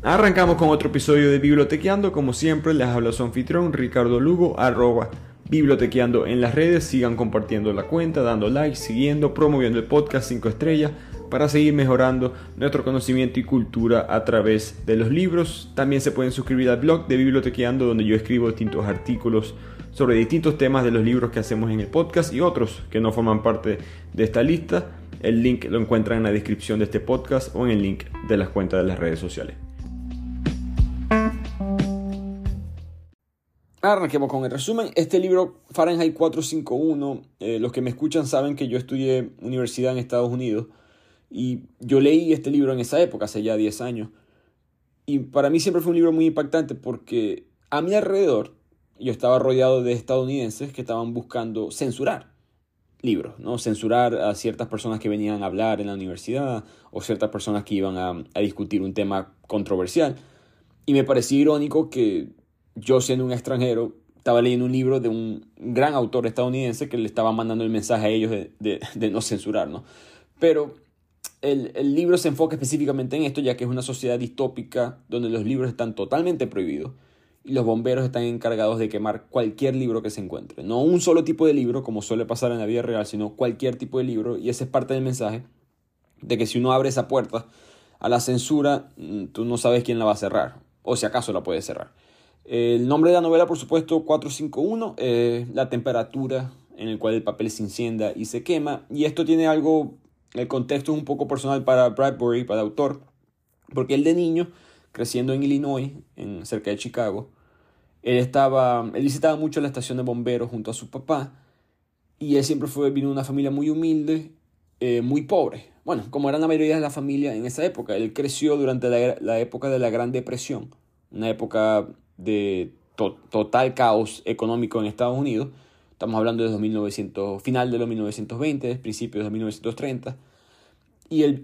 Arrancamos con otro episodio de Bibliotequeando. Como siempre, les habla su anfitrión Ricardo Lugo, @Bibliotequeando en las redes. Sigan compartiendo la cuenta, dando like, siguiendo, promoviendo el podcast 5 estrellas para seguir mejorando nuestro conocimiento y cultura a través de los libros. También se pueden suscribir al blog de Bibliotequeando, donde yo escribo distintos artículos sobre distintos temas de los libros que hacemos en el podcast y otros que no forman parte de esta lista. El link lo encuentran en la descripción de este podcast o en el link de las cuentas de las redes sociales. Arranquemos con el resumen. Este libro, Fahrenheit 451, los que me escuchan saben que yo estudié universidad en Estados Unidos y yo leí este libro en esa época, hace ya 10 años. Y para mí siempre fue un libro muy impactante porque a mi alrededor yo estaba rodeado de estadounidenses que estaban buscando censurar libros, ¿no? Censurar a ciertas personas que venían a hablar en la universidad o ciertas personas que iban a discutir un tema controversial. Y me parecía irónico que yo, siendo un extranjero, estaba leyendo un libro de un gran autor estadounidense que le estaba mandando el mensaje a ellos de no censurar, ¿no? Pero el libro se enfoca específicamente en esto, ya que es una sociedad distópica donde los libros están totalmente prohibidos y los bomberos están encargados de quemar cualquier libro que se encuentre. No un solo tipo de libro, como suele pasar en la vida real, sino cualquier tipo de libro. Y ese es parte del mensaje de que si uno abre esa puerta a la censura, tú no sabes quién la va a cerrar, o si acaso la puede cerrar. El nombre de la novela, por supuesto, 451, la temperatura en la cual el papel se incendia y se quema. Y esto tiene algo, el contexto es un poco personal para Bradbury, para el autor, porque él de niño, creciendo en Illinois, cerca de Chicago, él visitaba mucho la estación de bomberos junto a su papá, y él siempre vino de una familia muy humilde, muy pobre. Bueno, como eran la mayoría de la familia en esa época. Él creció durante la época de la Gran Depresión, una época de total caos económico en Estados Unidos. Estamos hablando de final de los 1920, principios de los 1930. Y el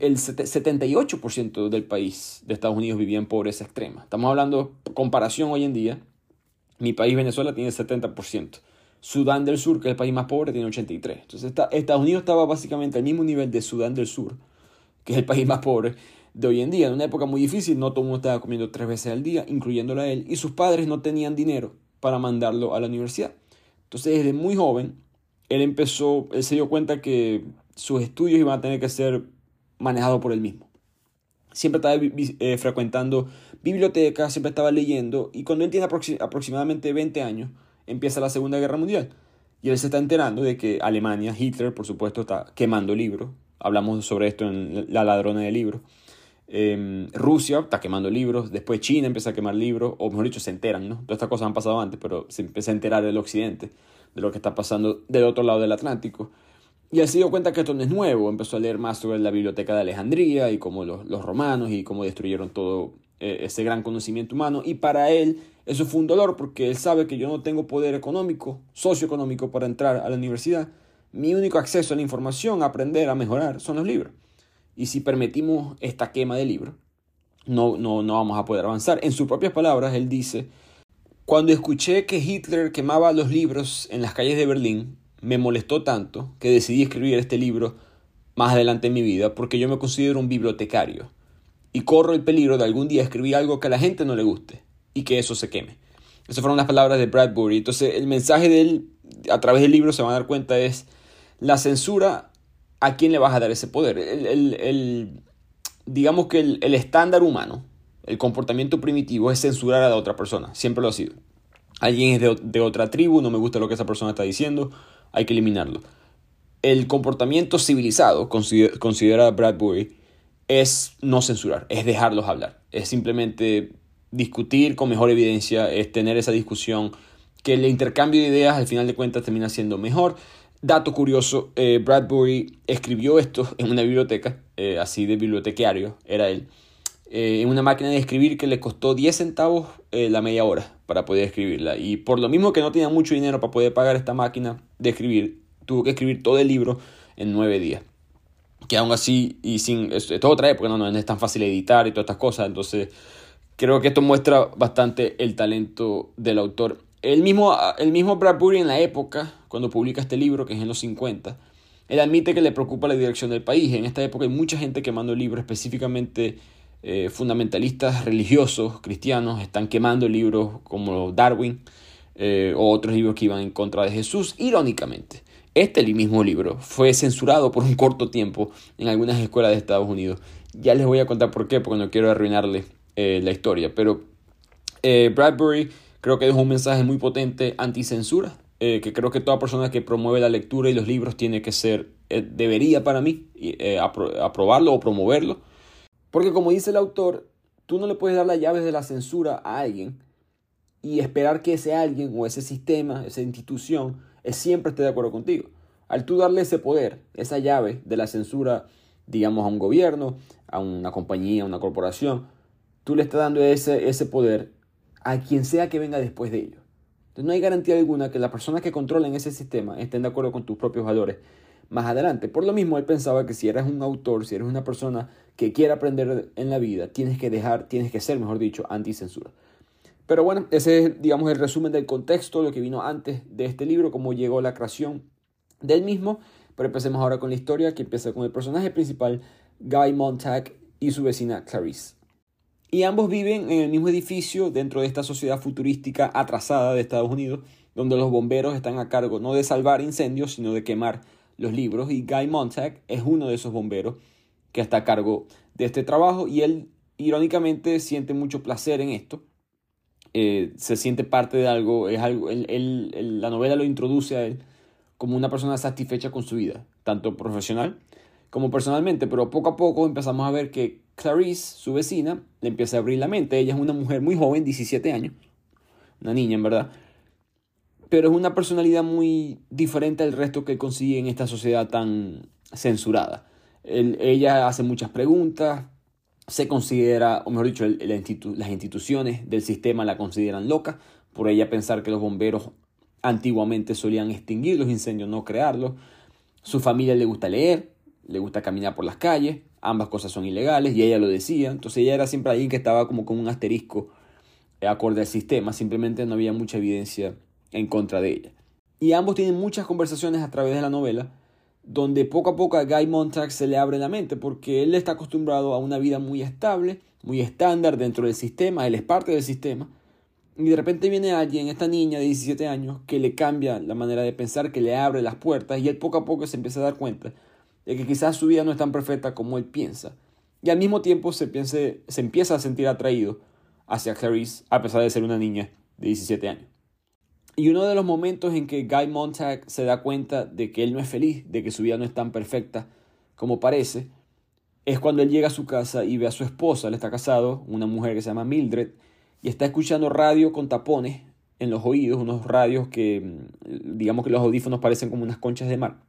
78% del país de Estados Unidos vivía en pobreza extrema. Estamos hablando, comparación hoy en día, mi país Venezuela tiene 70%. Sudán del Sur, que es el país más pobre, tiene 83%. Entonces Estados Unidos estaba básicamente al mismo nivel de Sudán del Sur, que es el país más pobre de hoy en día. En una época muy difícil, no todo el mundo estaba comiendo 3 veces al día, incluyéndolo a él, y sus padres no tenían dinero para mandarlo a la universidad. Entonces, desde muy joven, él se dio cuenta que sus estudios iban a tener que ser manejados por él mismo. Siempre estaba frecuentando bibliotecas, siempre estaba leyendo, y cuando él tiene aproximadamente 20 años, empieza la Segunda Guerra Mundial. Y él se está enterando de que Alemania, Hitler, por supuesto, está quemando libros. Hablamos sobre esto en La ladrona de libros. Rusia está quemando libros. Después China empieza a quemar libros. O mejor dicho, se enteran, ¿no? Todas estas cosas han pasado antes, pero se empieza a enterar el occidente de lo que está pasando del otro lado del Atlántico. Y él se dio cuenta que esto no es nuevo. Empezó a leer más sobre la biblioteca de Alejandría y cómo los romanos y cómo destruyeron todo ese gran conocimiento humano. Y para él eso fue un dolor, porque él sabe que yo no tengo poder económico, socioeconómico, para entrar a la universidad. Mi único acceso a la información, a aprender, a mejorar, son los libros. Y si permitimos esta quema de libros, no vamos a poder avanzar. En sus propias palabras, él dice: cuando escuché que Hitler quemaba los libros en las calles de Berlín, me molestó tanto que decidí escribir este libro más adelante en mi vida, porque yo me considero un bibliotecario y corro el peligro de algún día escribir algo que a la gente no le guste y que eso se queme. Esas fueron las palabras de Bradbury. Entonces, el mensaje de él, a través del libro se van a dar cuenta, es la censura. ¿A quién le vas a dar ese poder? Digamos que el estándar humano, el comportamiento primitivo, es censurar a la otra persona. Siempre lo ha sido. Alguien es de otra tribu, no me gusta lo que esa persona está diciendo, hay que eliminarlo. El comportamiento civilizado, considera Bradbury, es no censurar, es dejarlos hablar. Es simplemente discutir con mejor evidencia, es tener esa discusión, que el intercambio de ideas al final de cuentas termina siendo mejor. Dato curioso, Bradbury escribió esto en una biblioteca, así de bibliotecario era él, en una máquina de escribir que le costó 10 centavos la media hora para poder escribirla. Y por lo mismo que no tenía mucho dinero para poder pagar esta máquina de escribir, tuvo que escribir todo el libro en 9 días. Que aún así, esto es otra época, no es tan fácil editar y todas estas cosas. Entonces, creo que esto muestra bastante el talento del autor. El mismo Bradbury, en la época, cuando publica este libro, que es en los 50, él admite que le preocupa la dirección del país. En esta época hay mucha gente quemando libros, específicamente fundamentalistas religiosos cristianos están quemando libros como Darwin o otros libros que iban en contra de Jesús. Irónicamente, este mismo libro fue censurado por un corto tiempo en algunas escuelas de Estados Unidos. Ya les voy a contar por qué, porque no quiero arruinarles la historia. Pero Bradbury creo que dejó un mensaje muy potente anticensura, que creo que toda persona que promueve la lectura y los libros tiene que ser, debería para mí, aprobarlo o promoverlo. Porque como dice el autor, tú no le puedes dar las llaves de la censura a alguien y esperar que ese alguien o ese sistema, esa institución, siempre esté de acuerdo contigo. Al tú darle ese poder, esa llave de la censura, digamos, a un gobierno, a una compañía, a una corporación, tú le estás dando ese poder a quien sea que venga después de ello. Entonces no hay garantía alguna que las personas que controlen ese sistema estén de acuerdo con tus propios valores más adelante. Por lo mismo, él pensaba que si eres un autor, si eres una persona que quiere aprender en la vida, tienes que ser, mejor dicho, anticensura. Pero bueno, ese es, digamos, el resumen del contexto, lo que vino antes de este libro, cómo llegó la creación del mismo. Pero empecemos ahora con la historia, que empieza con el personaje principal, Guy Montag, y su vecina Clarice. Y ambos viven en el mismo edificio dentro de esta sociedad futurística atrasada de Estados Unidos, donde los bomberos están a cargo no de salvar incendios, sino de quemar los libros. Y Guy Montag es uno de esos bomberos que está a cargo de este trabajo, y él irónicamente siente mucho placer en esto. Se siente parte de algo, la novela lo introduce a él como una persona satisfecha con su vida, tanto profesional como personalmente, pero poco a poco empezamos a ver que Clarice, su vecina, le empieza a abrir la mente. Ella es una mujer muy joven, 17 años, una niña en verdad, pero es una personalidad muy diferente al resto que él consigue en esta sociedad tan censurada. Ella hace muchas preguntas, se considera, o mejor dicho, las instituciones del sistema la consideran loca por ella pensar que los bomberos antiguamente solían extinguir los incendios, no crearlos. Su familia le gusta leer, le gusta caminar por las calles, ambas cosas son ilegales y ella lo decía. Entonces ella era siempre alguien que estaba como con un asterisco acorde al sistema, simplemente no había mucha evidencia en contra de ella. Y ambos tienen muchas conversaciones a través de la novela, donde poco a poco a Guy Montag se le abre la mente, porque él está acostumbrado a una vida muy estable, muy estándar dentro del sistema, él es parte del sistema, y de repente viene alguien, esta niña de 17 años, que le cambia la manera de pensar, que le abre las puertas, y él poco a poco se empieza a dar cuenta de que quizás su vida no es tan perfecta como él piensa, y al mismo tiempo se empieza a sentir atraído hacia Clarice, a pesar de ser una niña de 17 años. Y uno de los momentos en que Guy Montag se da cuenta de que él no es feliz, de que su vida no es tan perfecta como parece, es cuando él llega a su casa y ve a su esposa. Él está casado, una mujer que se llama Mildred, y está escuchando radio con tapones en los oídos, unos radios que, digamos que los audífonos parecen como unas conchas de mar.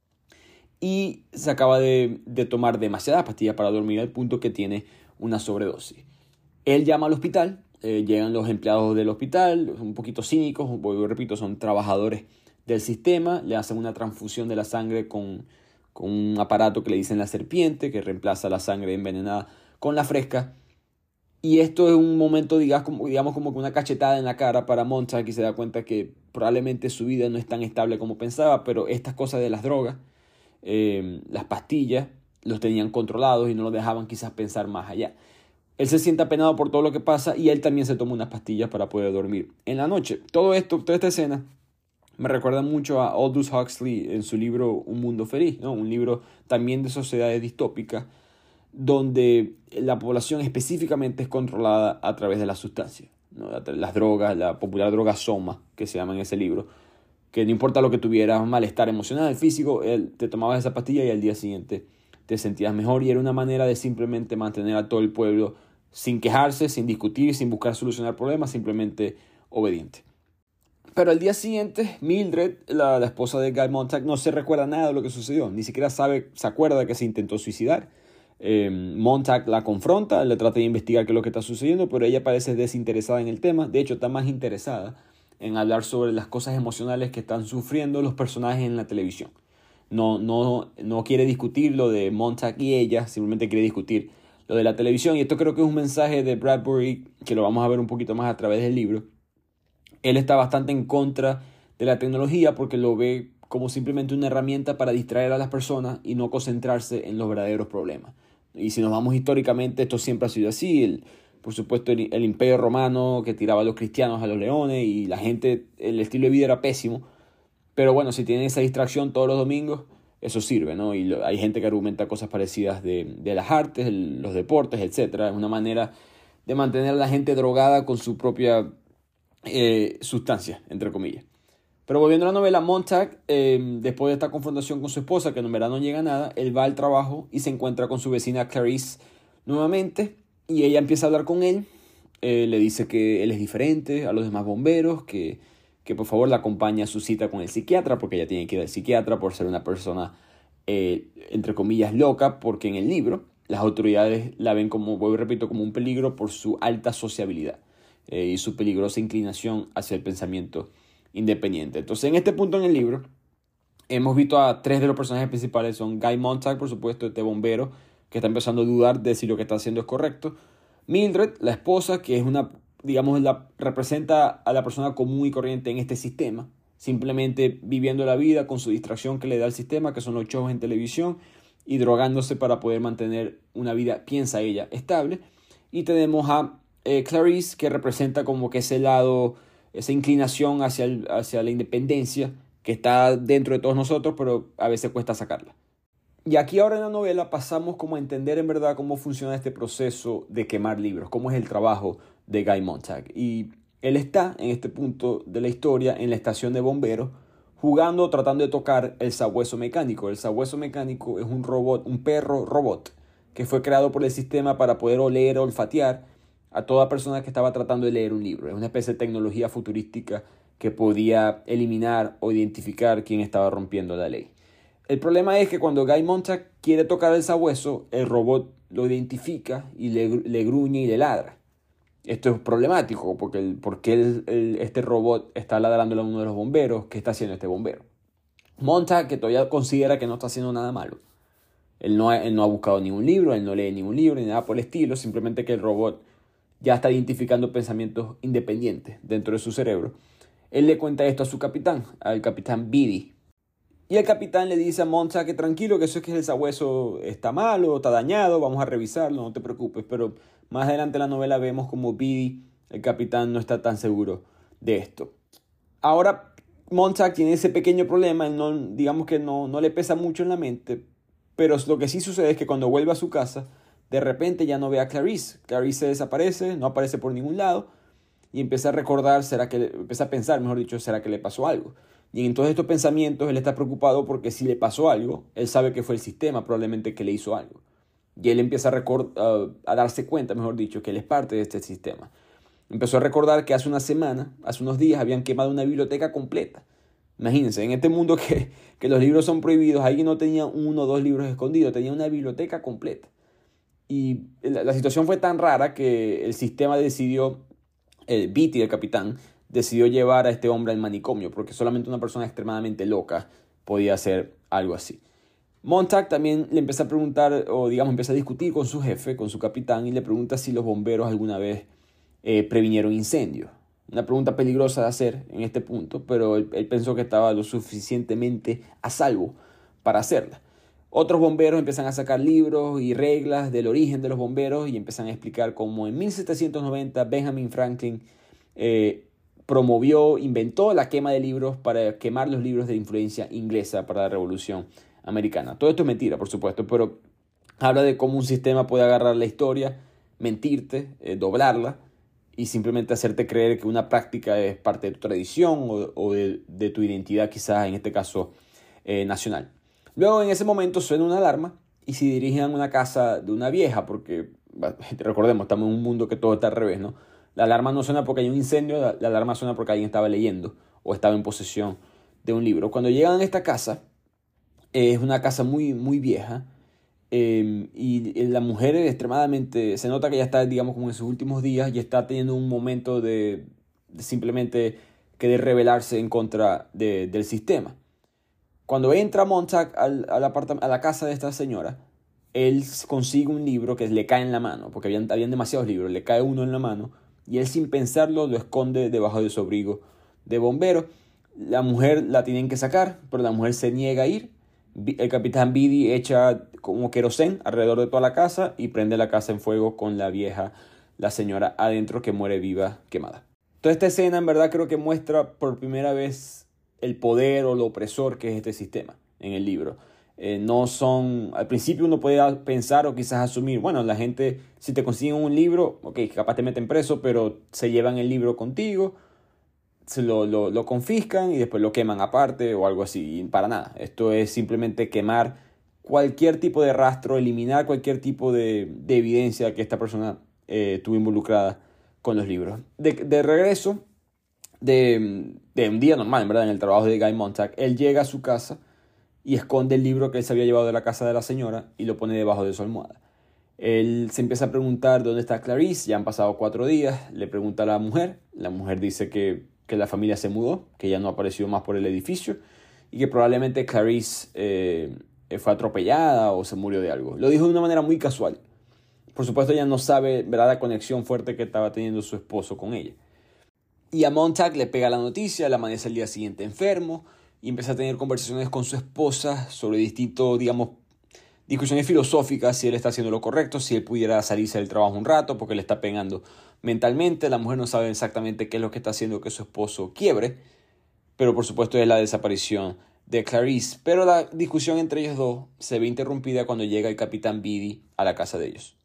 Y se acaba de tomar demasiadas pastillas para dormir al punto que tiene una sobredosis. Él llama al hospital. Llegan los empleados del hospital, un poquito cínicos, repito, son trabajadores del sistema, le hacen una transfusión de la sangre con un aparato que le dicen la serpiente, que reemplaza la sangre envenenada con la fresca. Y esto es un momento, digamos como que una cachetada en la cara para Montag, y se da cuenta que probablemente su vida no es tan estable como pensaba, pero estas cosas de las drogas, las pastillas, los tenían controlados y no los dejaban quizás pensar más allá. Él se siente apenado por todo lo que pasa y él también se toma unas pastillas para poder dormir en la noche. Toda esta escena me recuerda mucho a Aldous Huxley en su libro Un Mundo Feliz, ¿no? Un libro también de sociedades distópicas donde la población específicamente es controlada a través de las sustancias, ¿no? Las drogas, la popular droga Soma, que se llama en ese libro, que no importa lo que tuvieras, malestar emocional, físico, te tomabas esa pastilla y al día siguiente te sentías mejor, y era una manera de simplemente mantener a todo el pueblo sin quejarse, sin discutir, sin buscar solucionar problemas, simplemente obediente. Pero al día siguiente, Mildred, la esposa de Guy Montag, no se recuerda nada de lo que sucedió, ni siquiera se acuerda de que se intentó suicidar. Montag la confronta, le trata de investigar qué es lo que está sucediendo, pero ella parece desinteresada en el tema. De hecho, está más interesada en hablar sobre las cosas emocionales que están sufriendo los personajes en la televisión. No quiere discutir lo de Montag y ella, simplemente quiere discutir lo de la televisión. Y esto creo que es un mensaje de Bradbury que lo vamos a ver un poquito más a través del libro. Él está bastante en contra de la tecnología porque lo ve como simplemente una herramienta para distraer a las personas y no concentrarse en los verdaderos problemas. Y si nos vamos históricamente, esto siempre ha sido así. Por supuesto, el Imperio Romano que tiraba a los cristianos a los leones y la gente, el estilo de vida era pésimo. Pero bueno, si tienen esa distracción todos los domingos, eso sirve, ¿no? Y hay gente que argumenta cosas parecidas de las artes, los deportes, etcétera. Es una manera de mantener a la gente drogada con su propia sustancia, entre comillas. Pero volviendo a la novela, Montag, después de esta confrontación con su esposa, que en verdad no llega a nada, él va al trabajo y se encuentra con su vecina Clarice nuevamente. Y ella empieza a hablar con él, le dice que él es diferente a los demás bomberos, que por favor la acompañe a su cita con el psiquiatra, porque ella tiene que ir al psiquiatra por ser una persona, entre comillas, loca, porque en el libro las autoridades la ven como, vuelvo y repito, como un peligro por su alta sociabilidad y su peligrosa inclinación hacia el pensamiento independiente. Entonces, en este punto en el libro, hemos visto a tres de los personajes principales. Son Guy Montag, por supuesto, este bombero, que está empezando a dudar de si lo que está haciendo es correcto. Mildred, la esposa, que es una, digamos, representa a la persona común y corriente en este sistema, simplemente viviendo la vida con su distracción que le da el sistema, que son los shows en televisión, y drogándose para poder mantener una vida, piensa ella, estable. Y tenemos a Clarice, que representa como que ese lado, esa inclinación hacia la independencia que está dentro de todos nosotros, pero a veces cuesta sacarla. Y aquí ahora en la novela pasamos como a entender en verdad cómo funciona este proceso de quemar libros, cómo es el trabajo de Guy Montag. Y él está en este punto de la historia en la estación de bomberos jugando, tratando de tocar el sabueso mecánico. El sabueso mecánico es un robot, un perro robot que fue creado por el sistema para poder oler o olfatear a toda persona que estaba tratando de leer un libro. Es una especie de tecnología futurística que podía eliminar o identificar quién estaba rompiendo la ley. El problema es que cuando Guy Montag quiere tocar el sabueso, el robot lo identifica y le gruñe y le ladra. Esto es problemático porque este robot está ladrándole a uno de los bomberos. ¿Qué está haciendo este bombero? Montag, que todavía considera que no está haciendo nada malo. Él no ha buscado ningún libro, él no lee ningún libro ni nada por el estilo, simplemente que el robot ya está identificando pensamientos independientes dentro de su cerebro. Él le cuenta esto a su capitán, al capitán Beatty. Y el capitán le dice a Montag que tranquilo, que eso es que el sabueso está malo, está dañado, vamos a revisarlo, no te preocupes. Pero más adelante en la novela vemos como Beatty, el capitán, no está tan seguro de esto. Ahora Montag tiene ese pequeño problema, digamos que no le pesa mucho en la mente, pero lo que sí sucede es que cuando vuelve a su casa, de repente ya no ve a Clarice. Clarice se desaparece, no aparece por ningún lado y empieza a recordar, empieza a pensar, mejor dicho, ¿será que le pasó algo? Y en todos estos pensamientos él está preocupado porque si le pasó algo, él sabe que fue el sistema probablemente que le hizo algo. Y él empieza a darse cuenta, mejor dicho, que él es parte de este sistema. Empezó a recordar que hace una semana, hace unos días, habían quemado una biblioteca completa. Imagínense, en este mundo que los libros son prohibidos, alguien no tenía 1 o 2 libros escondidos, tenía una biblioteca completa. Y la situación fue tan rara que el sistema decidió, el Beatty, el capitán, decidió llevar a este hombre al manicomio, porque solamente una persona extremadamente loca podía hacer algo así. Montag también le empieza a preguntar, o digamos, empieza a discutir con su jefe, con su capitán, y le pregunta si los bomberos alguna vez previnieron incendios. Una pregunta peligrosa de hacer en este punto, pero él pensó que estaba lo suficientemente a salvo para hacerla. Otros bomberos empiezan a sacar libros y reglas del origen de los bomberos y empiezan a explicar cómo en 1790 Benjamin Franklin inventó la quema de libros para quemar los libros de influencia inglesa para la Revolución Americana. Todo esto es mentira, por supuesto, pero habla de cómo un sistema puede agarrar la historia, mentirte, doblarla y simplemente hacerte creer que una práctica es parte de tu tradición o de tu identidad, quizás en este caso nacional. Luego en ese momento suena una alarma y se dirigen a una casa de una vieja, porque recordemos, estamos en un mundo que todo está al revés, ¿no? La alarma no suena porque hay un incendio, la alarma suena porque alguien estaba leyendo o estaba en posesión de un libro. Cuando llegan a esta casa, es una casa muy, muy vieja y la mujer extremadamente, se nota que ya está, digamos, como en sus últimos días y está teniendo un momento de simplemente querer rebelarse en contra del sistema. Cuando entra Montag a la casa de esta señora, él consigue un libro que le cae en la mano, porque habían demasiados libros, le cae uno en la mano, y él sin pensarlo lo esconde debajo de su abrigo de bombero. La mujer la tienen que sacar, pero la mujer se niega a ir, El capitán Beatty echa como querosén alrededor de toda la casa y prende la casa en fuego con la señora adentro, que muere viva quemada. Toda esta escena en verdad creo que muestra por primera vez el poder o lo opresor que es este sistema en el libro. No son, al principio uno puede pensar o quizás asumir, bueno, la gente, si te consiguen un libro, ok, capaz te meten preso, pero se llevan el libro contigo, se lo confiscan y después lo queman aparte o algo así. Y para nada, esto es simplemente quemar cualquier tipo de rastro, eliminar cualquier tipo de evidencia que esta persona tuvo involucrada con los libros. De regreso de un día normal, en verdad, en el trabajo de Guy Montag, él llega a su casa y esconde el libro que él se había llevado de la casa de la señora y lo pone debajo de su almohada. Él se empieza a preguntar dónde está Clarice. Ya han pasado 4 días. Le pregunta a la mujer dice que la familia se mudó, que ya no apareció más por el edificio y que probablemente Clarice fue atropellada o se murió de algo. Lo dijo de una manera muy casual. Por supuesto, ella no sabe, ¿verdad?, la conexión fuerte que estaba teniendo su esposo con ella. Y a Montag le pega la noticia, le amanece el día siguiente enfermo y empieza a tener conversaciones con su esposa sobre distintos, digamos, discusiones filosóficas, si él está haciendo lo correcto, si él pudiera salirse del trabajo un rato porque le está pegando mentalmente. La mujer no sabe exactamente qué es lo que está haciendo que su esposo quiebre, pero por supuesto es la desaparición de Clarice. Pero la discusión entre ellos dos se ve interrumpida cuando llega el capitán Beatty a la casa de ellos.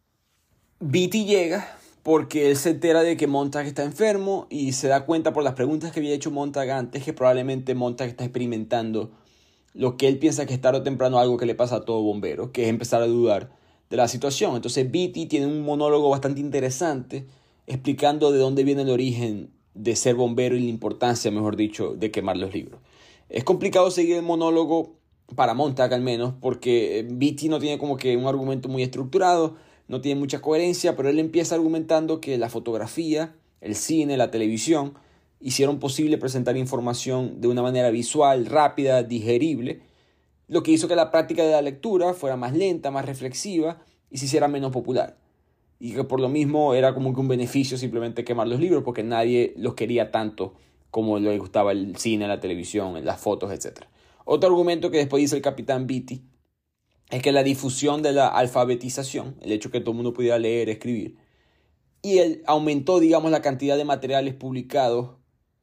Beatty llega porque él se entera de que Montag está enfermo y se da cuenta por las preguntas que había hecho Montag antes que probablemente Montag está experimentando lo que él piensa que es tarde o temprano algo que le pasa a todo bombero, que es empezar a dudar de la situación. Entonces Beatty tiene un monólogo bastante interesante explicando de dónde viene el origen de ser bombero y la importancia, mejor dicho, de quemar los libros. Es complicado seguir el monólogo para Montag al menos, porque Beatty no tiene como que un argumento muy estructurado, no tiene mucha coherencia, pero él empieza argumentando que la fotografía, el cine, la televisión hicieron posible presentar información de una manera visual, rápida, digerible, lo que hizo que la práctica de la lectura fuera más lenta, más reflexiva y se hiciera menos popular. Y que por lo mismo era como que un beneficio simplemente quemar los libros, porque nadie los quería tanto como le gustaba el cine, la televisión, las fotos, etc. Otro argumento que después dice el capitán Beatty es que la difusión de la alfabetización, el hecho que todo el mundo pudiera leer, escribir, y él aumentó, digamos, la cantidad de materiales publicados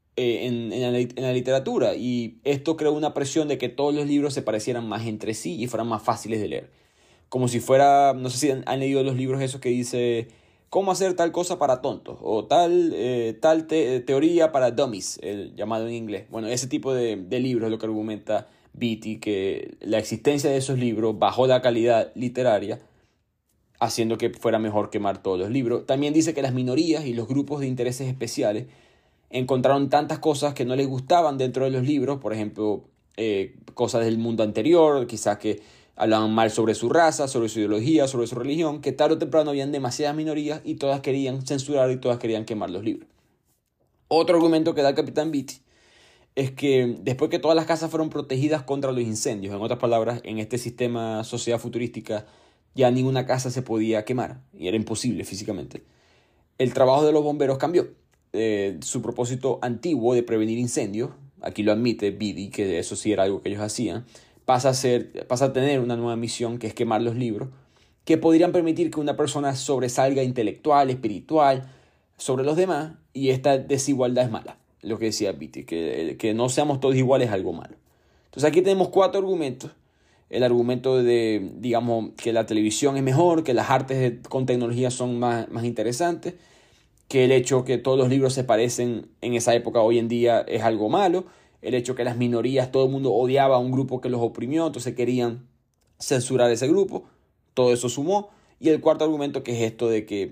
en la literatura, y esto creó una presión de que todos los libros se parecieran más entre sí y fueran más fáciles de leer. Como si fuera, no sé si han leído los libros esos que dice cómo hacer tal cosa para tontos o tal teoría para dummies, el llamado en inglés. Bueno, ese tipo de libros es lo que argumenta Beatty, que la existencia de esos libros bajó la calidad literaria, haciendo que fuera mejor quemar todos los libros. También dice que las minorías y los grupos de intereses especiales encontraron tantas cosas que no les gustaban dentro de los libros, por ejemplo, cosas del mundo anterior, quizás que hablaban mal sobre su raza, sobre su ideología, sobre su religión, que tarde o temprano habían demasiadas minorías y todas querían censurar y todas querían quemar los libros. Otro argumento que da el capitán Beatty es que después que todas las casas fueron protegidas contra los incendios, en otras palabras, en este sistema sociedad futurística ya ninguna casa se podía quemar y era imposible físicamente, el trabajo de los bomberos cambió. Su propósito antiguo de prevenir incendios, aquí lo admite Beatty, que eso sí era algo que ellos hacían, pasa a tener una nueva misión, que es quemar los libros, que podrían permitir que una persona sobresalga intelectual, espiritual, sobre los demás, y esta desigualdad es mala, lo que decía Beatty, que no seamos todos iguales es algo malo. Entonces aquí tenemos 4 argumentos. El argumento de, digamos, que la televisión es mejor, que las artes con tecnología son más interesantes, que el hecho que todos los libros se parecen en esa época hoy en día es algo malo, el hecho que las minorías, todo el mundo odiaba a un grupo que los oprimió, entonces querían censurar ese grupo, todo eso sumó. Y el cuarto argumento, que es esto de que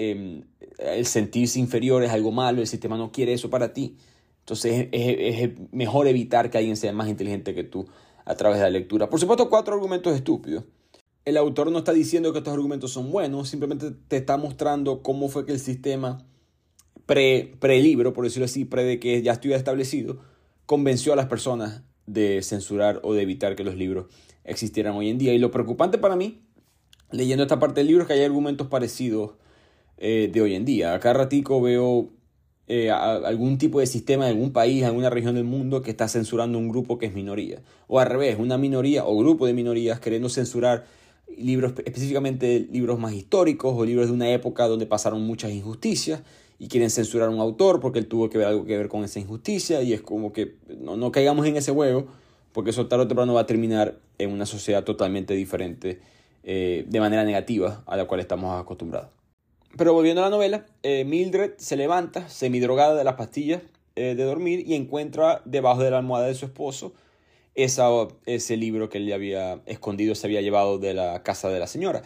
el sentirse inferior es algo malo, el sistema no quiere eso para ti, entonces es mejor evitar que alguien sea más inteligente que tú a través de la lectura. Por supuesto, 4 argumentos estúpidos. El autor no está diciendo que estos argumentos son buenos, simplemente te está mostrando cómo fue que el sistema pre-libro, por decirlo así, de que ya estuviera establecido, convenció a las personas de censurar o de evitar que los libros existieran hoy en día. Y lo preocupante para mí, leyendo esta parte del libro, es que hay argumentos parecidos de hoy en día. Acá ratico veo algún tipo de sistema de algún país, alguna región del mundo que está censurando un grupo que es minoría. O al revés, una minoría o grupo de minorías queriendo censurar libros, específicamente libros más históricos o libros de una época donde pasaron muchas injusticias y quieren censurar a un autor porque él tuvo que ver algo que ver con esa injusticia, y es como que no caigamos en ese juego, porque eso tarde o temprano va a terminar en una sociedad totalmente diferente, de manera negativa a la cual estamos acostumbrados. Pero volviendo a la novela, Mildred se levanta semidrogada de las pastillas de dormir y encuentra debajo de la almohada de su esposo ese libro que él le había escondido, se había llevado de la casa de la señora.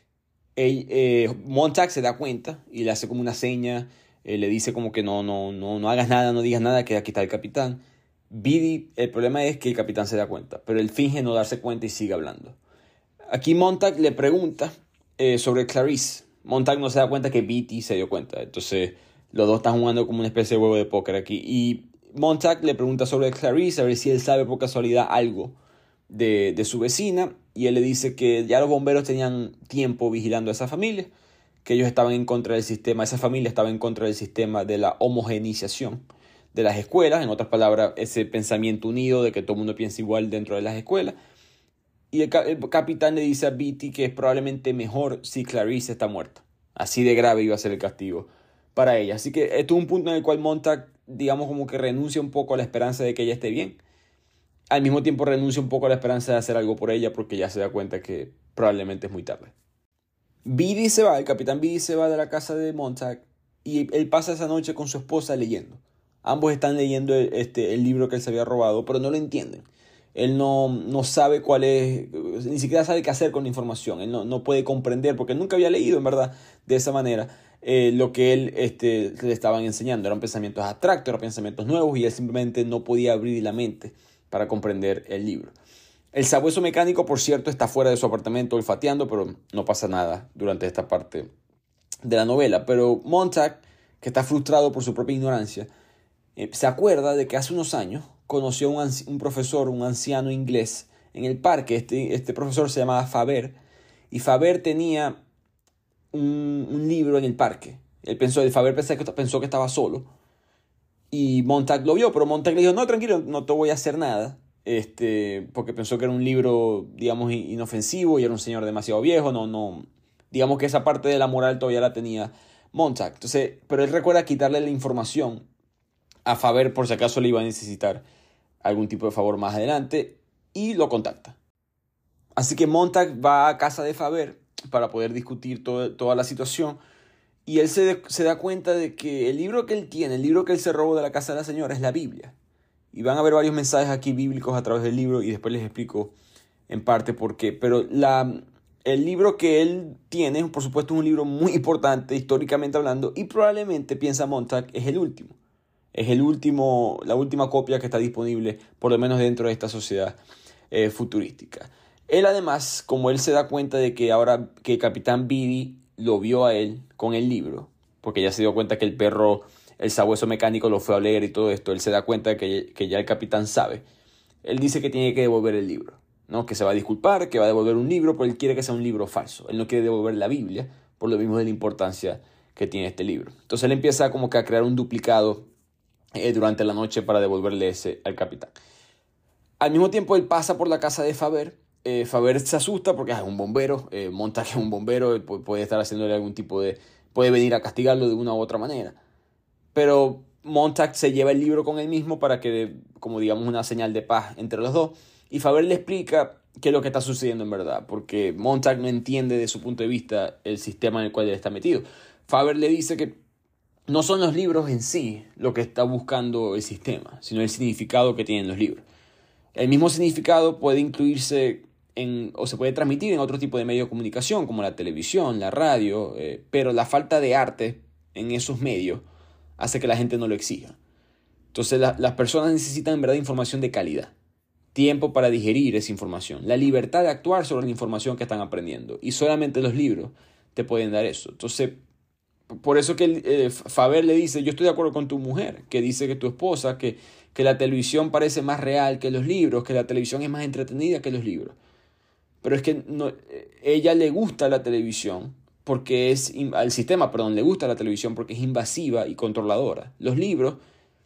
Montag se da cuenta y le hace como una seña, le dice como que no hagas nada, no digas nada, que aquí está el capitán. Beatty, el problema es que el capitán se da cuenta, pero él finge no darse cuenta y sigue hablando. Aquí Montag le pregunta sobre Clarice. Montag no se da cuenta que Beatty se dio cuenta. Entonces los dos están jugando como una especie de juego de póker aquí. Y Montag le pregunta sobre Clarice, a ver si él sabe por casualidad algo de su vecina. Y él le dice que ya los bomberos tenían tiempo vigilando a esa familia, que ellos estaban en contra del sistema, esa familia estaba en contra del sistema de la homogeneización de las escuelas. En otras palabras, ese pensamiento unido de que todo el mundo piensa igual dentro de las escuelas. Y el capitán le dice a Beatty que es probablemente mejor si Clarice está muerta. Así de grave iba a ser el castigo para ella. Así que esto es un punto en el cual Montag, digamos, como que renuncia un poco a la esperanza de que ella esté bien. Al mismo tiempo renuncia un poco a la esperanza de hacer algo por ella, porque ya se da cuenta que probablemente es muy tarde. El capitán Beatty se va de la casa de Montag y él pasa esa noche con su esposa leyendo. Ambos están leyendo el libro que él se había robado, pero no lo entienden. Él no sabe cuál es, ni siquiera sabe qué hacer con la información. Él no puede comprender, porque nunca había leído, en verdad, de esa manera, lo que él le estaban enseñando. Eran pensamientos abstractos, eran pensamientos nuevos, y él simplemente no podía abrir la mente para comprender el libro. El sabueso mecánico, por cierto, está fuera de su apartamento olfateando, pero no pasa nada durante esta parte de la novela. Pero Montag, que está frustrado por su propia ignorancia, se acuerda de que hace unos años conoció a un profesor, un anciano inglés, en el parque. Este profesor se llamaba Faber, y Faber tenía un libro en el parque. Faber pensó que estaba solo, y Montag lo vio, pero Montag le dijo, no, tranquilo, no te voy a hacer nada, porque pensó que era un libro, digamos, inofensivo, y era un señor demasiado viejo, digamos que esa parte de la moral todavía la tenía Montag. Entonces, pero él recuerda quitarle la información a Faber por si acaso le iba a necesitar algún tipo de favor más adelante, y lo contacta. Así que Montag va a casa de Faber para poder discutir toda la situación, y él se da cuenta de que el libro que él tiene, el libro que él se robó de la casa de la señora, es la Biblia. Y van a haber varios mensajes aquí bíblicos a través del libro, y después les explico en parte por qué. Pero el libro que él tiene, por supuesto, es un libro muy importante históricamente hablando, y probablemente, piensa Montag, es el último. Es la última copia que está disponible, por lo menos dentro de esta sociedad futurística. Él además, como él se da cuenta de que ahora que el capitán Beatty lo vio a él con el libro, porque ya se dio cuenta que el perro, el sabueso mecánico, lo fue a leer y todo esto, él se da cuenta de que ya el capitán sabe. Él dice que tiene que devolver el libro, ¿no? Que se va a disculpar, que va a devolver un libro, pero él quiere que sea un libro falso. Él no quiere devolver la Biblia, por lo mismo de la importancia que tiene este libro. Entonces él empieza como que a crear un duplicado durante la noche para devolverle ese al capitán. Al mismo tiempo él pasa por la casa de Faber. Faber se asusta porque es un bombero. Montag es un bombero, puede estar haciéndole algún tipo de... puede venir a castigarlo de una u otra manera. Pero Montag se lleva el libro con él mismo para que, como digamos, una señal de paz entre los dos. Y Faber le explica qué es lo que está sucediendo en verdad, porque Montag no entiende de su punto de vista el sistema en el cual él está metido. Faber le dice que no son los libros en sí lo que está buscando el sistema, sino el significado que tienen los libros. El mismo significado puede incluirse o se puede transmitir en otro tipo de medio de comunicación, como la televisión, la radio, pero la falta de arte en esos medios hace que la gente no lo exija. Entonces las personas necesitan en verdad información de calidad, tiempo para digerir esa información, la libertad de actuar sobre la información que están aprendiendo, y solamente los libros te pueden dar eso. Entonces, por eso que Faber le dice, yo estoy de acuerdo con tu mujer, que dice que tu esposa, que la televisión parece más real que los libros, que la televisión es más entretenida que los libros. Pero es que ella le gusta la televisión porque al sistema, perdón, le gusta la televisión porque es invasiva y controladora. Los libros,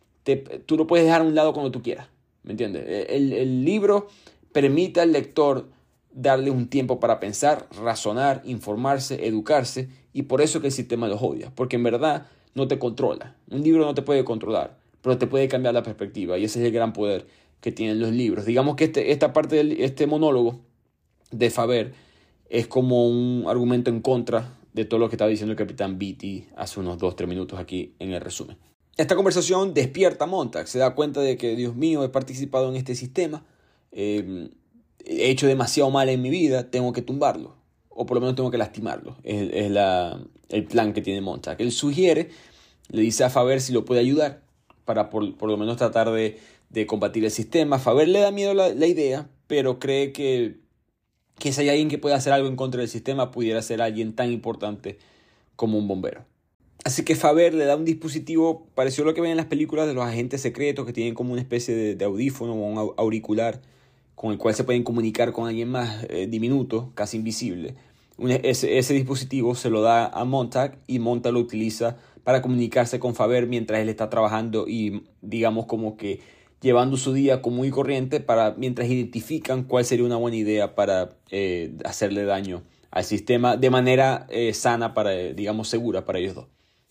tú lo puedes dejar a un lado cuando tú quieras, ¿me entiendes? El libro permite al lector darle un tiempo para pensar, razonar, informarse, educarse, y por eso que el sistema los odia, porque en verdad no te controla. Un libro no te puede controlar, pero te puede cambiar la perspectiva, y ese es el gran poder que tienen los libros. Digamos que esta parte de este monólogo de Faber es como un argumento en contra de todo lo que estaba diciendo el capitán Beatty hace unos 2-3 minutos aquí en el resumen. Esta conversación despierta a Montag, se da cuenta de que, Dios mío, he participado en este sistema, he hecho demasiado mal en mi vida, tengo que tumbarlo, o por lo menos tengo que lastimarlo. Es el plan que tiene Montag. Él sugiere, le dice a Faber si lo puede ayudar para por lo menos tratar de combatir el sistema. Faber le da miedo la idea, pero cree que si hay alguien que pueda hacer algo en contra del sistema, pudiera ser alguien tan importante como un bombero. Así que Faber le da un dispositivo parecido a lo que ven en las películas de los agentes secretos, que tienen como una especie de audífono o un auricular con el cual se pueden comunicar con alguien más diminuto, casi invisible. Ese dispositivo se lo da a Montag, y Montag lo utiliza para comunicarse con Faber mientras él está trabajando y, digamos, como que llevando su día común y corriente, mientras identifican cuál sería una buena idea para hacerle daño al sistema de manera sana, digamos, segura para ellos dos.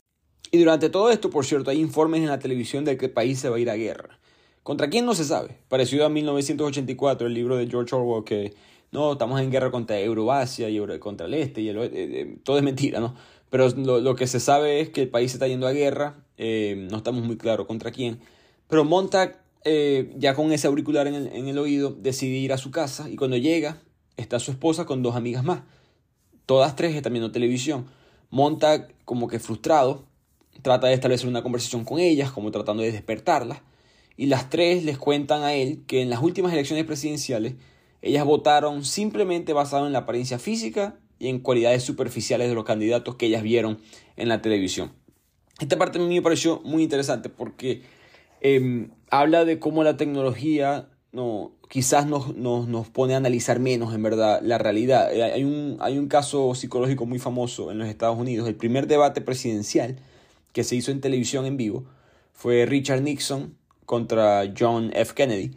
Y durante todo esto, por cierto, hay informes en la televisión de que el país se va a ir a guerra. ¿Contra quién? No se sabe. Parecido a 1984, el libro de George Orwell, que no, estamos en guerra contra Euroasia y contra el este, y todo es mentira, ¿no? Pero lo que se sabe es que el país se está yendo a guerra, no estamos muy claros contra quién. Pero Montag, ya con ese auricular en el oído, decide ir a su casa, y cuando llega, está su esposa con 2 amigas más. Todas 3 están viendo televisión. Montag, como que frustrado, trata de establecer una conversación con ellas, como tratando de despertarlas, y las 3 les cuentan a él que en las últimas elecciones presidenciales ellas votaron simplemente basado en la apariencia física y en cualidades superficiales de los candidatos que ellas vieron en la televisión. Esta parte a mí me pareció muy interesante porque habla de cómo la tecnología quizás nos pone a analizar menos, en verdad, la realidad. Hay un caso psicológico muy famoso en los Estados Unidos. El primer debate presidencial que se hizo en televisión en vivo fue Richard Nixon contra John F. Kennedy.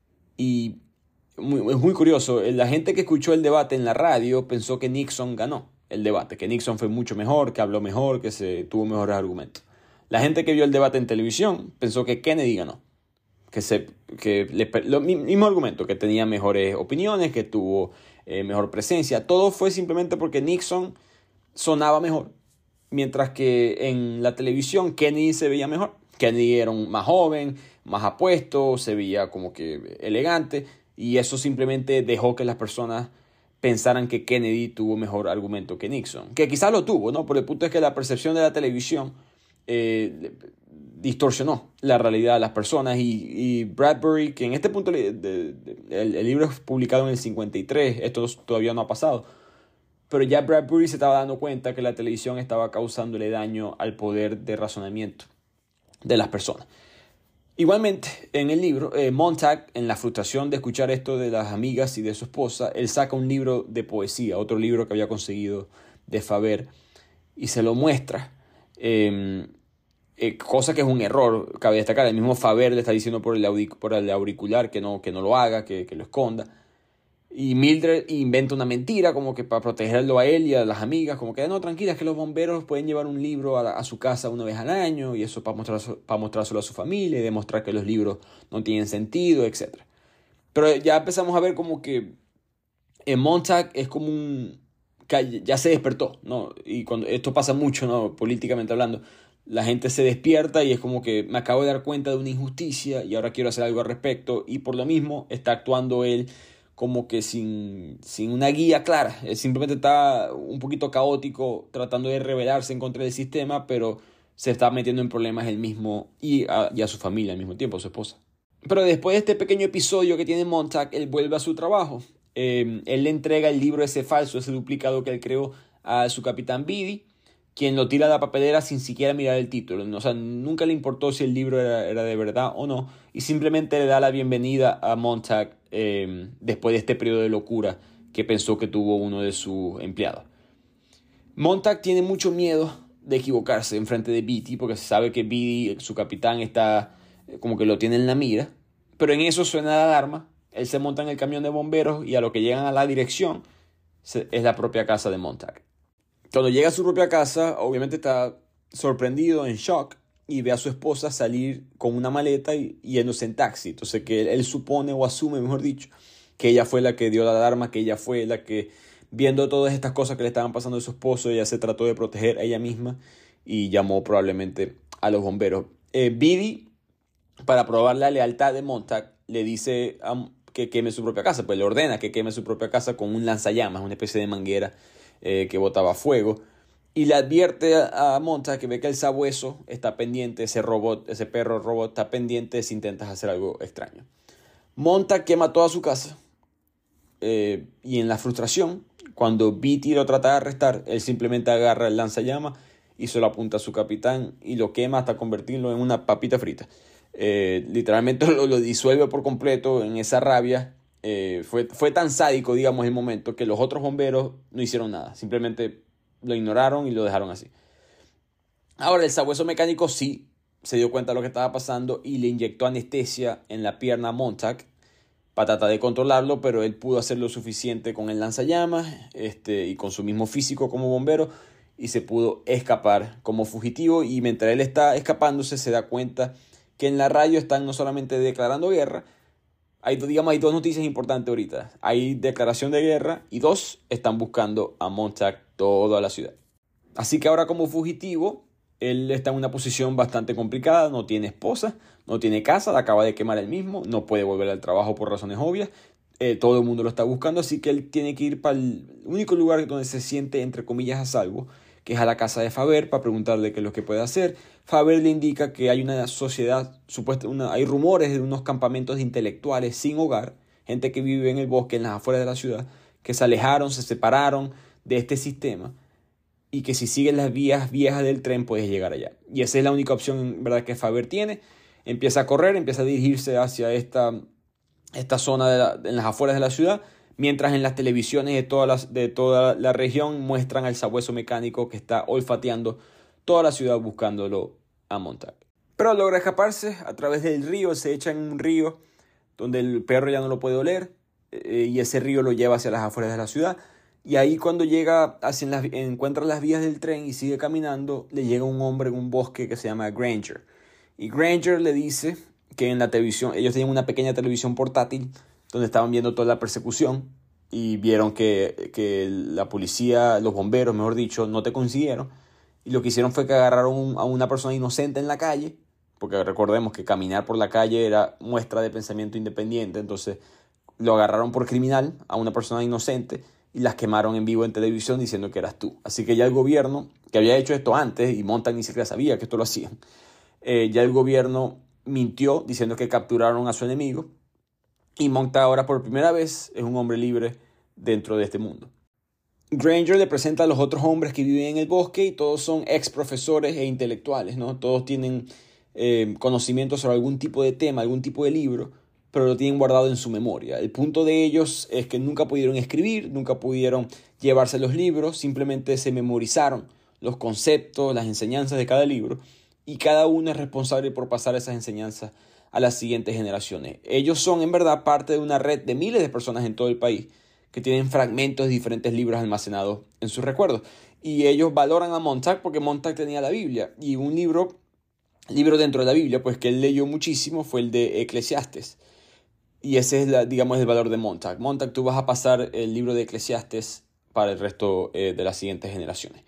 Y es muy curioso, la gente que escuchó el debate en la radio pensó que Nixon ganó el debate, que Nixon fue mucho mejor, que habló mejor, que tuvo mejores argumentos. La gente que vio el debate en televisión pensó que Kennedy ganó, lo mismo argumento, que tenía mejores opiniones, que tuvo mejor presencia. Todo fue simplemente porque Nixon sonaba mejor, mientras que en la televisión Kennedy se veía mejor. Kennedy era más joven, más apuesto, se veía como que elegante, y eso simplemente dejó que las personas pensaran que Kennedy tuvo mejor argumento que Nixon. Que quizás lo tuvo, ¿no? Pero el punto es que la percepción de la televisión distorsionó la realidad de las personas, y Bradbury, que en este punto el libro es publicado en el 53, esto todavía no ha pasado, pero ya Bradbury se estaba dando cuenta que la televisión estaba causándole daño al poder de razonamiento de las personas. Igualmente, en el libro, Montag, en la frustración de escuchar esto de las amigas y de su esposa, él saca un libro de poesía, otro libro que había conseguido de Faber, y se lo muestra, cosa que es un error, cabe destacar. El mismo Faber le está diciendo por el auricular que no lo haga, que lo esconda. Y Mildred inventa una mentira como que para protegerlo a él y a las amigas, como que no, tranquilas, que los bomberos pueden llevar un libro a su casa una vez al año, y eso para mostrárselo a su familia y demostrar que los libros no tienen sentido, etc. Pero ya empezamos a ver como que Montag es como ya se despertó, ¿no? Y cuando esto pasa mucho, ¿no? Políticamente hablando, la gente se despierta y es como que me acabo de dar cuenta de una injusticia y ahora quiero hacer algo al respecto, y por lo mismo está actuando él como que sin una guía clara. Él simplemente está un poquito caótico, tratando de rebelarse en contra del sistema, pero se está metiendo en problemas él mismo y a su familia al mismo tiempo, a su esposa. Pero después de este pequeño episodio que tiene Montag, él vuelve a su trabajo. Él le entrega el libro ese falso, ese duplicado que él creó, a su capitán Beatty, quien lo tira a la papelera sin siquiera mirar el título. O sea, nunca le importó si el libro era de verdad o no, y simplemente le da la bienvenida a Montag después de este periodo de locura que pensó que tuvo uno de sus empleados. Montag tiene mucho miedo de equivocarse en frente de Beatty porque se sabe que Beatty, su capitán, está como que lo tiene en la mira. Pero en eso suena la alarma. Él se monta en el camión de bomberos y a lo que llegan a la dirección es la propia casa de Montag. Cuando llega a su propia casa, obviamente está sorprendido, en shock, y ve a su esposa salir con una maleta y yéndose en taxi. Entonces que él supone o asume, mejor dicho, que ella fue la que dio la alarma, que ella fue la que, viendo todas estas cosas que le estaban pasando a su esposo, ella se trató de proteger a ella misma y llamó probablemente a los bomberos. Beatty, para probar la lealtad de Montag, le dice que queme su propia casa, pues le ordena que queme su propia casa con un lanzallamas, una especie de manguera que botaba fuego. Y le advierte a Montag que ve que el sabueso está pendiente, ese robot, ese perro robot está pendiente si intentas hacer algo extraño. Montag quema toda su casa y en la frustración, cuando Beatty lo trata de arrestar, él simplemente agarra el lanzallamas y se lo apunta a su capitán y lo quema hasta convertirlo en una papita frita. Literalmente lo disuelve por completo en esa rabia. Fue tan sádico, digamos, el momento que los otros bomberos no hicieron nada. Simplemente lo ignoraron y lo dejaron así. Ahora, el sabueso mecánico sí se dio cuenta de lo que estaba pasando y le inyectó anestesia en la pierna a Montag para tratar de controlarlo, pero él pudo hacer lo suficiente con el lanzallamas y con su mismo físico como bombero y se pudo escapar como fugitivo. Y mientras él está escapándose se da cuenta que en la radio están no solamente declarando guerra, hay dos noticias importantes ahorita. Hay declaración de guerra y dos, están buscando a Montag toda la ciudad. Así que ahora como fugitivo, él está en una posición bastante complicada, no tiene esposa, no tiene casa, la acaba de quemar él mismo, no puede volver al trabajo por razones obvias, todo el mundo lo está buscando, así que él tiene que ir para el único lugar donde se siente, entre comillas, a salvo, que es a la casa de Faber para preguntarle qué es lo que puede hacer. Faber le indica que hay una sociedad, hay rumores de unos campamentos de intelectuales sin hogar, gente que vive en el bosque, en las afueras de la ciudad, que se alejaron, se separaron de este sistema y que si sigues las vías viejas del tren puedes llegar allá. Y esa es la única opción, ¿verdad?, que Faber tiene. Empieza a correr, empieza a dirigirse hacia esta zona en las afueras de la ciudad, mientras en las televisiones de toda la región muestran al sabueso mecánico que está olfateando toda la ciudad buscándolo a Montag. Pero logra escaparse a través del río, se echa en un río donde el perro ya no lo puede oler y ese río lo lleva hacia las afueras de la ciudad. Y ahí cuando llega, encuentra las vías del tren y sigue caminando, le llega un hombre en un bosque que se llama Granger. Y Granger le dice que en la televisión, ellos tenían una pequeña televisión portátil donde estaban viendo toda la persecución y vieron que la policía, los bomberos, mejor dicho, no te consiguieron. Y lo que hicieron fue que agarraron a una persona inocente en la calle, porque recordemos que caminar por la calle era muestra de pensamiento independiente, entonces lo agarraron por criminal a una persona inocente y las quemaron en vivo en televisión diciendo que eras tú. Así que ya el gobierno, que había hecho esto antes, y Montag ni siquiera sabía que esto lo hacían, ya el gobierno mintió diciendo que capturaron a su enemigo y Montag ahora por primera vez es un hombre libre dentro de este mundo. Granger le presenta a los otros hombres que viven en el bosque y todos son ex profesores e intelectuales, ¿no? Todos tienen conocimiento sobre algún tipo de tema, algún tipo de libro, pero lo tienen guardado en su memoria. El punto de ellos es que nunca pudieron escribir, nunca pudieron llevarse los libros, simplemente se memorizaron los conceptos, las enseñanzas de cada libro y cada uno es responsable por pasar esas enseñanzas a las siguientes generaciones. Ellos son en verdad parte de una red de miles de personas en todo el país que tienen fragmentos de diferentes libros almacenados en sus recuerdos. Y ellos valoran a Montag porque Montag tenía la Biblia. Y un libro dentro de la Biblia, pues que él leyó muchísimo, fue el de Eclesiastes. Y ese es, digamos, el valor de Montag. Montag, tú vas a pasar el libro de Eclesiastes para el resto de las siguientes generaciones.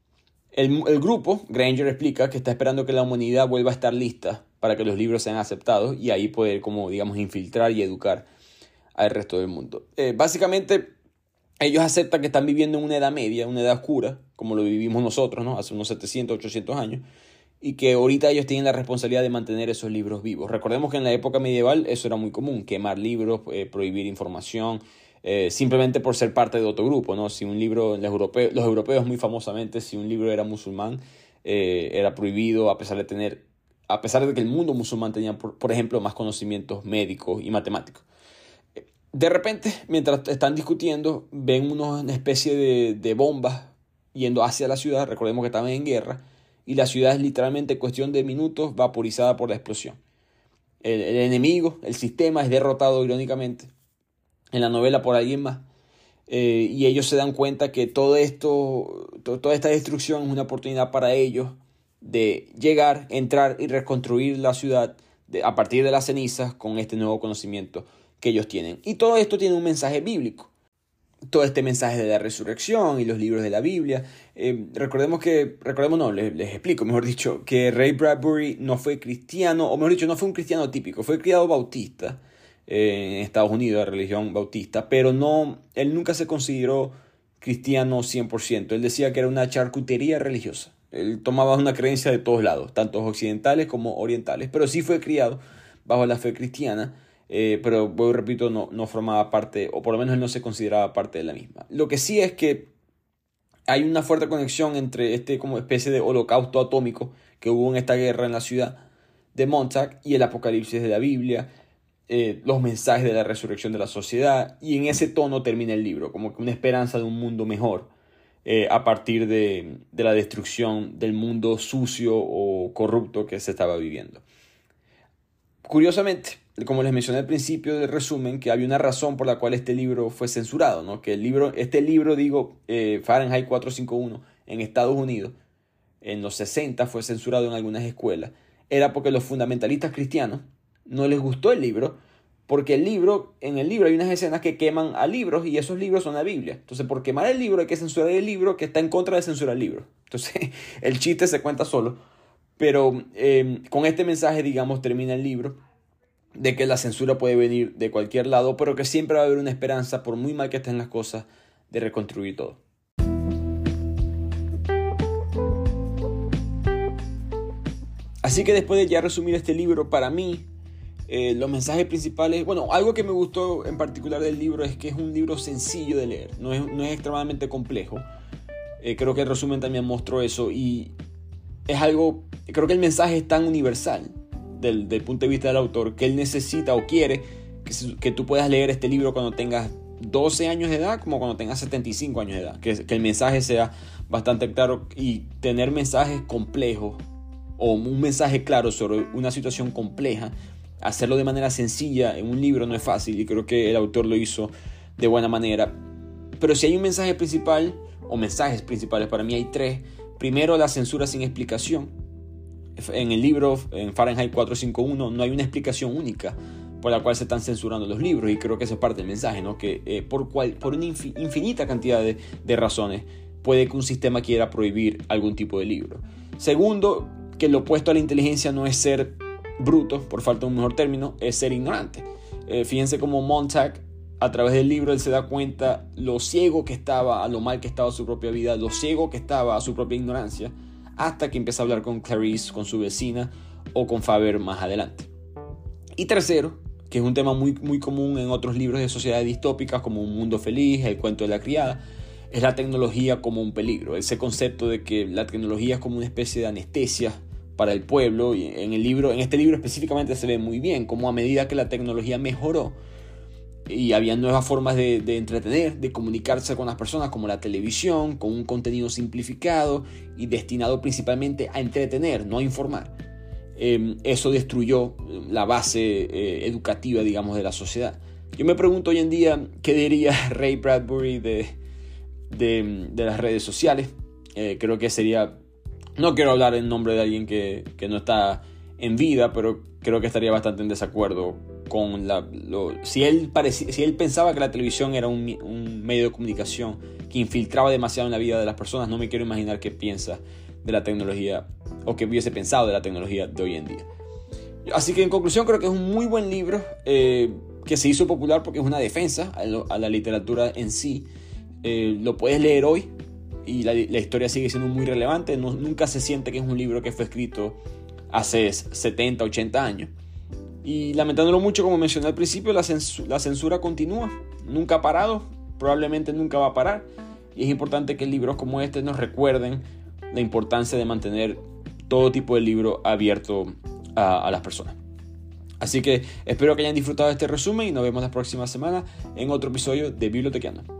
El grupo, Granger explica que está esperando que la humanidad vuelva a estar lista para que los libros sean aceptados y ahí poder, como digamos, infiltrar y educar al resto del mundo. Básicamente, ellos aceptan que están viviendo en una edad media, una edad oscura, como lo vivimos nosotros, ¿no? Hace unos 700, 800 años, y que ahorita ellos tienen la responsabilidad de mantener esos libros vivos. Recordemos que en la época medieval eso era muy común, quemar libros, prohibir información, simplemente por ser parte de otro grupo, ¿no? Si un libro, los europeos muy famosamente, si un libro era musulmán, era prohibido a pesar de que el mundo musulmán tenía, por ejemplo, más conocimientos médicos y matemáticos. De repente, mientras están discutiendo, ven una especie de bombas yendo hacia la ciudad. Recordemos que estaban en guerra y la ciudad es literalmente cuestión de minutos vaporizada por la explosión. El enemigo, el sistema es derrotado irónicamente en la novela por alguien más. Y ellos se dan cuenta que todo esto, toda esta destrucción es una oportunidad para ellos de llegar, entrar y reconstruir la ciudad a partir de las cenizas con este nuevo conocimiento que ellos tienen. Y todo esto tiene un mensaje bíblico. Todo este mensaje de la resurrección y los libros de la Biblia. Les explico, mejor dicho, que Ray Bradbury no fue cristiano, o mejor dicho, no fue un cristiano típico, fue criado bautista en Estados Unidos, de religión bautista, pero él nunca se consideró cristiano 100%. Él decía que era una charcutería religiosa. Él tomaba una creencia de todos lados, tanto occidentales como orientales, pero sí fue criado bajo la fe cristiana, pero repito, no formaba parte, o por lo menos él no se consideraba parte de la misma. Lo que sí es que hay una fuerte conexión entre como especie de holocausto atómico que hubo en esta guerra en la ciudad de Montauk y el apocalipsis de la Biblia, los mensajes de la resurrección de la sociedad, y en ese tono termina el libro, como que una esperanza de un mundo mejor a partir de la destrucción del mundo sucio o corrupto que se estaba viviendo. Curiosamente, como les mencioné al principio del resumen, que había una razón por la cual este libro fue censurado, ¿no? Que Fahrenheit 451, en Estados Unidos, en los 60 fue censurado en algunas escuelas, era porque los fundamentalistas cristianos no les gustó el libro, porque en el libro hay unas escenas que queman a libros y esos libros son la Biblia. Entonces, por quemar el libro hay que censurar el libro que está en contra de censurar el libro. Entonces, el chiste se cuenta solo. Pero con este mensaje, digamos, termina el libro de que la censura puede venir de cualquier lado, pero que siempre va a haber una esperanza, por muy mal que estén las cosas, de reconstruir todo. Así que después de ya resumir este libro, para mí, los mensajes principales, algo que me gustó en particular del libro es que es un libro sencillo de leer, no es extremadamente complejo. Creo que el resumen también mostró eso, y creo que el mensaje es tan universal del punto de vista del autor, que él necesita o quiere que tú puedas leer este libro cuando tengas 12 años de edad como cuando tengas 75 años de edad, que el mensaje sea bastante claro, y tener mensajes complejos o un mensaje claro sobre una situación compleja, hacerlo de manera sencilla en un libro no es fácil, y creo que el autor lo hizo de buena manera. Pero si hay un mensaje principal, o mensajes principales, para mí hay tres. Primero, la censura sin explicación. En el libro, en Fahrenheit 451, no hay una explicación única por la cual se están censurando los libros, y creo que esa es parte del mensaje, ¿no? Que por una infinita cantidad de razones puede que un sistema quiera prohibir algún tipo de libro. Segundo, que lo opuesto a la inteligencia no es ser bruto, por falta de un mejor término, es ser ignorante. Fíjense cómo Montag, a través del libro, él se da cuenta lo ciego que estaba a lo mal que estaba su propia vida, lo ciego que estaba a su propia ignorancia, hasta que empieza a hablar con Clarice, con su vecina, o con Faber más adelante. Y tercero, que es un tema muy, muy común en otros libros de sociedades distópicas como Un Mundo Feliz, El Cuento de la Criada, es la tecnología como un peligro. Ese concepto de que la tecnología es como una especie de anestesia para el pueblo, y en este libro específicamente se ve muy bien cómo a medida que la tecnología mejoró y había nuevas formas de entretener, de comunicarse con las personas, como la televisión, con un contenido simplificado y destinado principalmente a entretener, no a informar. Eso destruyó la base educativa, digamos, de la sociedad. Yo me pregunto hoy en día qué diría Ray Bradbury de las redes sociales. Creo que sería... No quiero hablar en nombre de alguien que no está en vida, pero creo que estaría bastante en desacuerdo con si él pensaba que la televisión era un medio de comunicación que infiltraba demasiado en la vida de las personas. No me quiero imaginar qué piensa de la tecnología, o qué hubiese pensado de la tecnología de hoy en día. Así que en conclusión, creo que es un muy buen libro que se hizo popular porque es una defensa a la literatura en sí. Lo puedes leer hoy y la historia sigue siendo muy relevante. Nunca se siente que es un libro que fue escrito hace 70, 80 años. Y lamentándolo mucho, como mencioné al principio, la censura continúa. Nunca ha parado, probablemente nunca va a parar. Y es importante que libros como este nos recuerden la importancia de mantener todo tipo de libro abierto a las personas. Así que espero que hayan disfrutado de este resumen y nos vemos la próxima semana en otro episodio de Bibliotequeando.